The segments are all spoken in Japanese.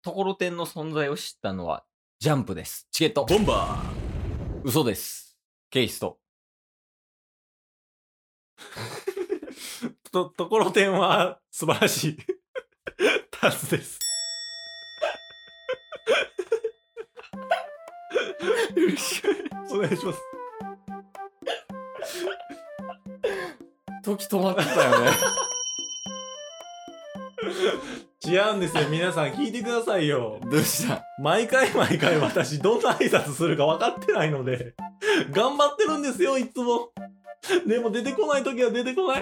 ところてんの存在を知ったのは、ジャンプです。チケット。 ボンバ嘘です。ケイスト。 ところてんは素晴らしい。タスです。よろしくお願いします。 時止まってたよね。 違うんですよ。皆さん聞いてくださいよ。 どうした毎回私どんな挨拶するか分かってないので、頑張ってるんですよ、いつも。でも出てこない時は出てこない。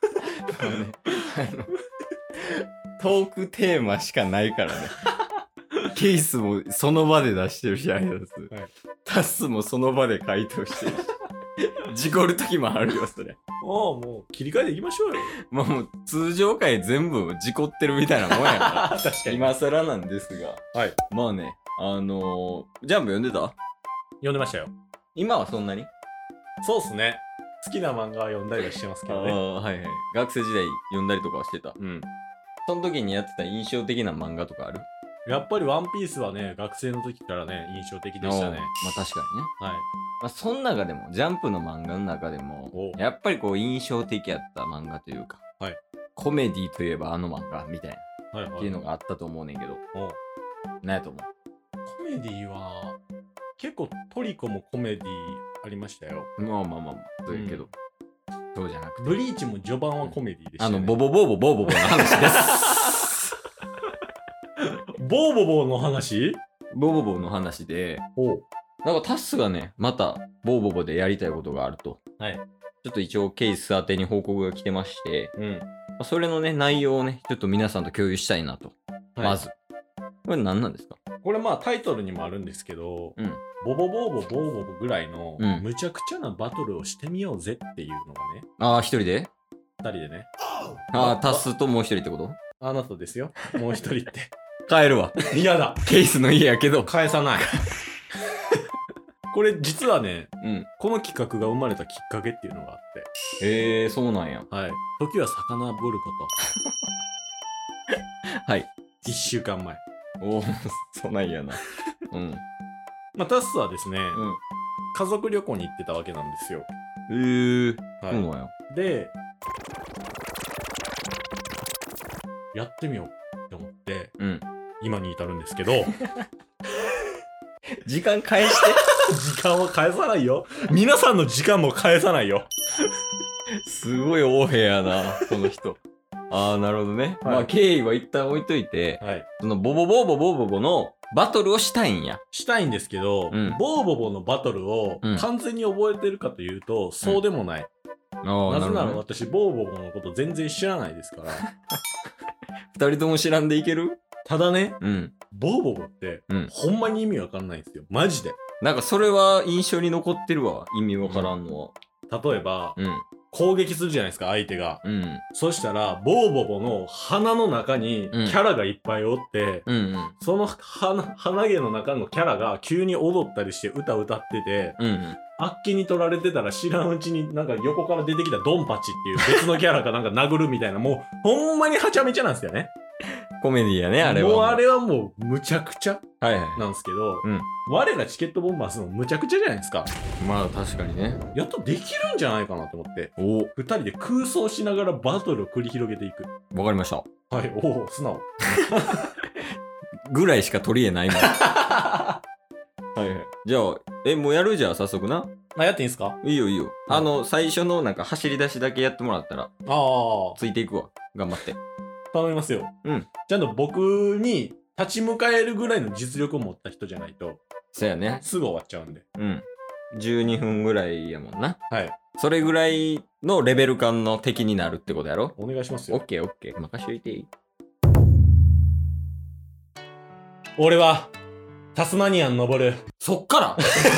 トークテーマしかないからね。ケースもその場で出してるし、挨拶。 はい、 タスもその場で回答してるし。事故る時もあるよ、それ。 もう切り替えていきましょうよ。 もう通常回全部事故ってるみたいなもんやから。 確かに。 今更なんですが。 はい。 まあね、ジャンプ読んでた？ 読んでましたよ。 今はそんなに？ そうっすね。好きな漫画は読んだりはしてますけどね。 はいはい。学生時代読んだりとかはしてた。 うん。 その時にやってた印象的な漫画とかある？ やっぱりワンピースはね、学生の時からね、印象的でしたね。 まあ確かにね。 はい。 まあその中でも、ジャンプの漫画の中でも、やっぱりこう印象的やった漫画というか、 はい。 コメディといえばあの漫画みたいな、 はいはい、 っていうのがあったと思うねんけど、何やと思う？ コメディは、結構トリコもコメディありましたよ。 まあ、そうやけど、そうじゃなくて。 ブリーチも序盤はコメディでしたね。 ボボの話です。 ボーボーの話？ ボボの話で、なんかタスがね、またボボでやりたいことがあると。 はい。 ちょっと一応ケース宛てに報告が来てまして、 うん。 それのね、内容をね、ちょっと皆さんと共有したいなと。 はい、 まず。これ何なんですか？ これまあタイトルにもあるんですけど、 うん。 ボボぐらいの、むちゃくちゃなバトルをしてみようぜっていうのがね。 ああ、一人で？ 二人でね。 ああ、タスともう一人ってこと？ あなたですよ。もう一人って。 帰るわ。 嫌だ。 ケースの家やけど。 返さない。これ実はね、 うん。 この企画が生まれたきっかけっていうのがあって。 へえ、そうなんや。 はい。時は遡ること。 はい。 1週間前。 おお、そうなんやな。うん。 まあ、タスはですね、 うん。 家族旅行に行ってたわけなんですよ。 へえ、 はい。 そうなんや。 で、やってみようって思って、 うん。 今に至るんですけど、 時間返して。 時間は返さないよ。皆さんの時間も返さないよ。 すごい横柄やな、この人。ああ、なるほどね。 はい、 まあ、経緯は一旦置いといて、 はい、 そのボボのバトルをしたいんや。 したいんですけど、ボーボのバトルを完全に覚えてるかというと、そうでもない。なぜなら私、ボーボのこと全然知らないですから。 二人とも知らんでいける？ ただね、ボーボって、ほんまに意味わかんないんですよ。マジで。 なんかそれは印象に残ってるわ。意味わからんのは。 例えば、攻撃するじゃないですか、相手が。そしたら、ボーボボの鼻の中にキャラがいっぱいおって、その鼻毛の中のキャラが急に踊ったりして歌歌ってて、あっけに取られてたら知らんうちになんか横から出てきたドンパチっていう別のキャラがなんか殴るみたいな、もうほんまにはちゃめちゃなんですよね。 コメディやね、あれは。 もうあれはもうむちゃくちゃなんですけど、我らチケットボンバーズのむちゃくちゃじゃないですか。 まあ確かにね。 やっとできるんじゃないかなと思って、二人で空想しながらバトルを繰り広げていく。 わかりました。 はい、おお、素直。 ぐらいしか取り柄ないもん。はいはい。じゃあ、もうやる？じゃあ早速な。 やっていいんすか？ いいよいいよ。最初のなんか走り出しだけやってもらったら、ついていくわ。頑張って。 頼みますよ。ちゃんと僕に立ち向かえるぐらいの実力を持った人じゃないと。 そうやね。 すぐ終わっちゃうんで。 12分ぐらいやもんな。 はい。 それぐらいのレベル感の敵になるってことやろ？ お願いしますよ。 オッケー。任しといていい？ 俺は、タスマニアン登る。 そっから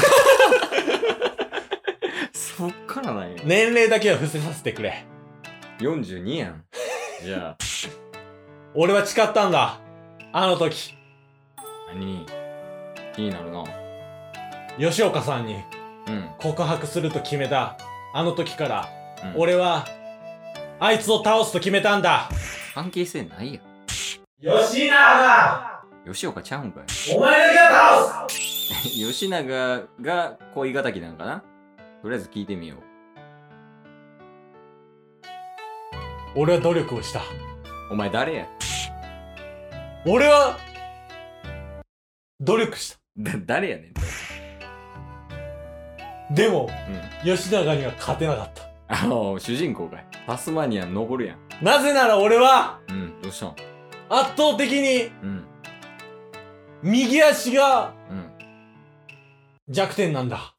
そっからなんや。 年齢だけは伏せさせてくれ。 42やん。じゃあ。 俺は誓ったんだ。あの時。 何？気になるな。 吉岡さんに告白すると決めたあの時から、俺はあいつを倒すと決めたんだ。 関係性ないやん。 吉永吉岡ちゃうんかい。 お前が倒す吉永が恋敵なのかな。とりあえず聞いてみよう。 俺は努力をした。 お前誰や。 俺は努力した。 誰やねん。 でも、 うん、 吉永には勝てなかった。 主人公かい。タスマニア登るやん。 なぜなら俺は、 どうしたん。 圧倒的に、右足が、弱点なんだ。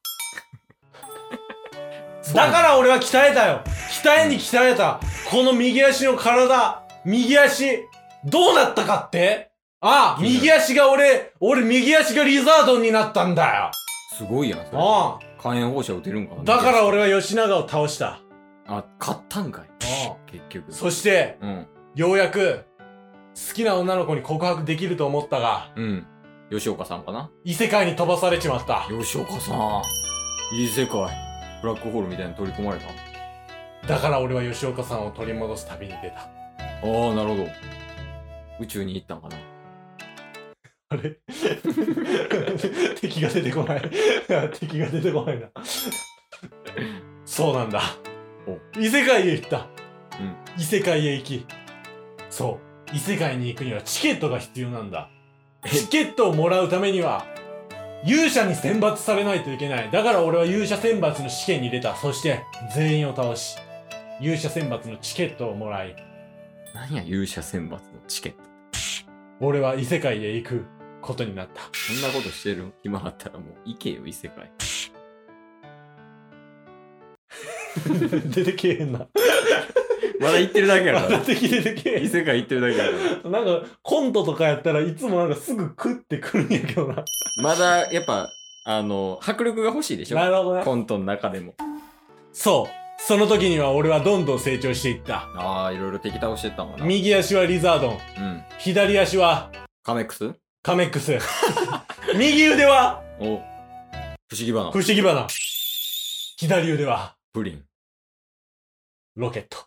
だから俺は鍛えたよ。鍛えに鍛えた。この右足の体、右足、どうなったかって？右足が俺右足がリザードンになったんだよ。 すごいやん、それ。火炎放射撃てるんかな。 だから俺は吉永を倒した。 勝ったんかい。結局。 そして、ようやく、好きな女の子に告白できると思ったが、 吉岡さんかな。 異世界に飛ばされちまった。 吉岡さん。異世界。ブラックホールみたいに取り込まれた。 だから俺は吉岡さんを取り戻す旅に出た。 なるほど。宇宙に行ったんかな。 あれ敵が出てこない。敵が出てこないな。そうなんだ。異世界へ行った。異世界へ行き。そう。異世界に行くにはチケットが必要なんだ。チケットをもらうためには、勇者に選抜されないといけない。だから俺は勇者選抜の試験に出た。そして、全員を倒し、勇者選抜のチケットをもらい。 何や、勇者選抜のチケット。 俺は異世界へ行くことになった。 そんなことしてる暇あったらもう行けよ、異世界。 出てけえへんな。 まだ行ってるだけやから。 まだ敵出てけえへん。 異世界行ってるだけやから。 なんか、コントとかやったらいつもなんかすぐ食ってくるんやけどな。 まだ、やっぱ、迫力が欲しいでしょ。 なるほどね。 コントの中でも。 そう。その時には俺はどんどん成長していった。 いろいろ敵倒してったんかな。 右足はリザードン。左足は、 カメックス。 右腕は、 不思議花。 左腕は、 プリン。 ロケット。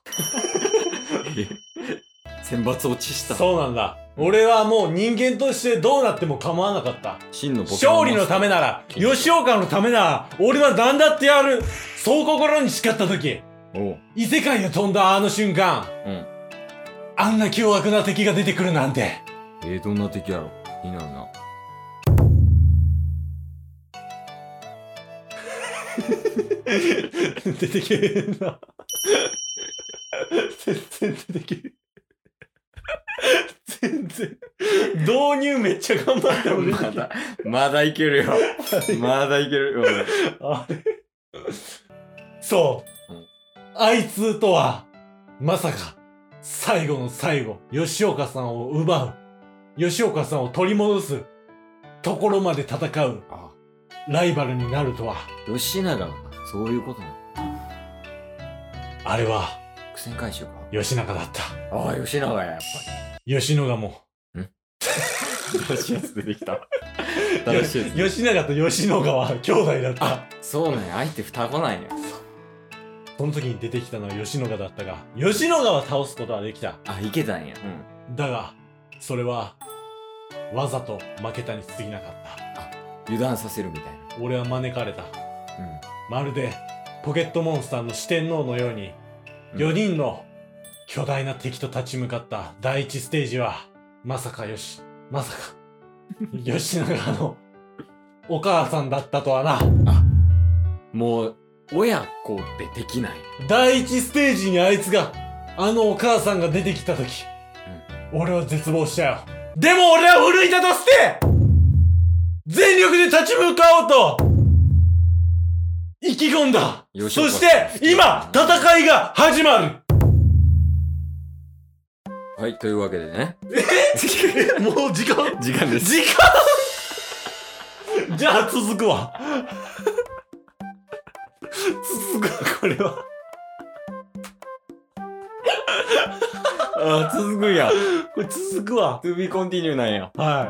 選抜落ちした。 そうなんだ。俺はもう人間としてどうなっても構わなかった。勝利のためなら、吉岡のためなら、俺は何だってやる。そう心に誓った時、異世界へ飛んだあの瞬間、あんな凶悪な敵が出てくるなんて。 どんな敵やろ。気になるな。 出てけえんな。全然出てけえ。全然。導入めっちゃ頑張ったもんね。 まだいけるよ。まだいけるよ。 あれそう。あいつとは、まさか、最後の最後、吉岡さんを奪う。吉岡さんを取り戻す。ところまで戦う。ライバルになるとは。 吉永が、そういうことなの。 あれは、 苦戦回収か。 吉永だった。 吉永や、やっぱり。吉永も。 新しいやつ出てきた。 吉永と吉永は兄弟だった。 そうね、相手双子なんや。 その時に出てきたのは吉永だったが、吉永は倒すことはできた。 いけたんや。 だが、それは、わざと負けたに過ぎなかった。 油断させるみたいな。 俺は招かれた。まるで、ポケットモンスターの四天王のように、4人の巨大な敵と立ち向かった第一ステージは、まさか吉永のお母さんだったとはな。 もう、親子ってできない。 第一ステージにあいつが、あのお母さんが出てきたとき、俺は絶望したよ。でも俺は奮い立たせて、全力で立ち向かおうと、意気込んだ。そして、今、戦いが始まる。 はい、というわけでね。 もう時間です。 じゃあ続くわ。これは。 続くんや。 これ続くわ。 To be continue なんや。 はい。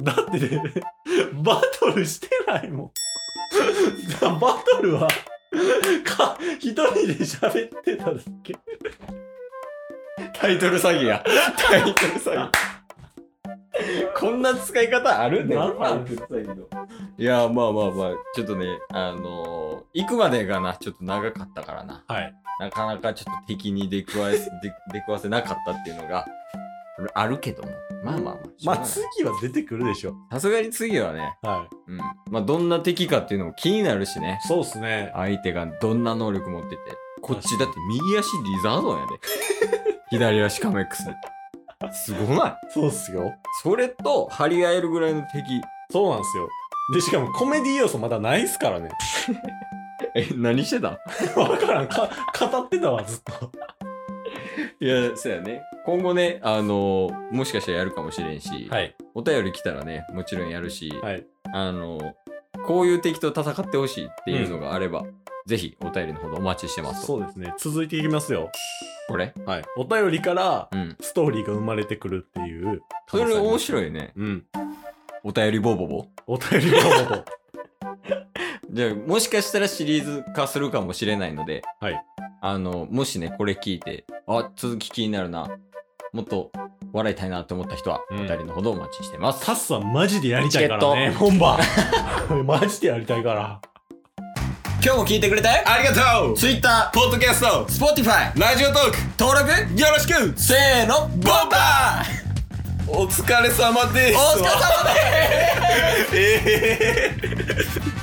だってね、バトルしてないもん。バトルは、一人で喋ってただけ。 タイトル詐欺や。タイトル詐欺。 こんな使い方あるね。 なんなんいや、まあまあまあ、ちょっとね、行くまでがな、ちょっと長かったからな。 はい。 なかなかちょっと敵に出くわせなかったっていうのがあるけども。まあまあまあ。 まあ次は出てくるでしょ。 さすがに次はね、 はうん。まあどんな敵かっていうのも気になるしね。 そうっすね。 相手がどんな能力持ってて。こっちだって右足リザードンやで。左足カメックス。すごない？ そうっすよ。 それと張り合えるぐらいの敵。 そうなんすよ。で、しかもコメディ要素まだないっすからね。 何してた？ わからん。語ってたわ、ずっと。 いや、そうやね。今後ね、もしかしたらやるかもしれんし、 はい。 お便り来たらね、もちろんやるし、 はい。 こういう敵と戦ってほしいっていうのがあれば、ぜひお便りのほどお待ちしてます。 そうですね。続いていきますよ。 これ？ はい。お便りからうん。 ストーリーが生まれてくるっていう。 それ面白いね。 うん。 お便りボーボボ。 お便りボーボボ。 じゃあ、もしかしたらシリーズ化するかもしれないので、 はい。 もしね、これ聞いて、続き気になるな、もっと笑いたいなって思った人は、お便りのほどお待ちしてます。 タスはマジでやりたいからね。本番。マジでやりたいから。 今日も聞いてくれてありがとう。 Twitter、ポッドキャスト、Spotify、ラジオトーク、登録よろしく。せーの、ボンバー。 お疲れ様です。 お疲れ様です。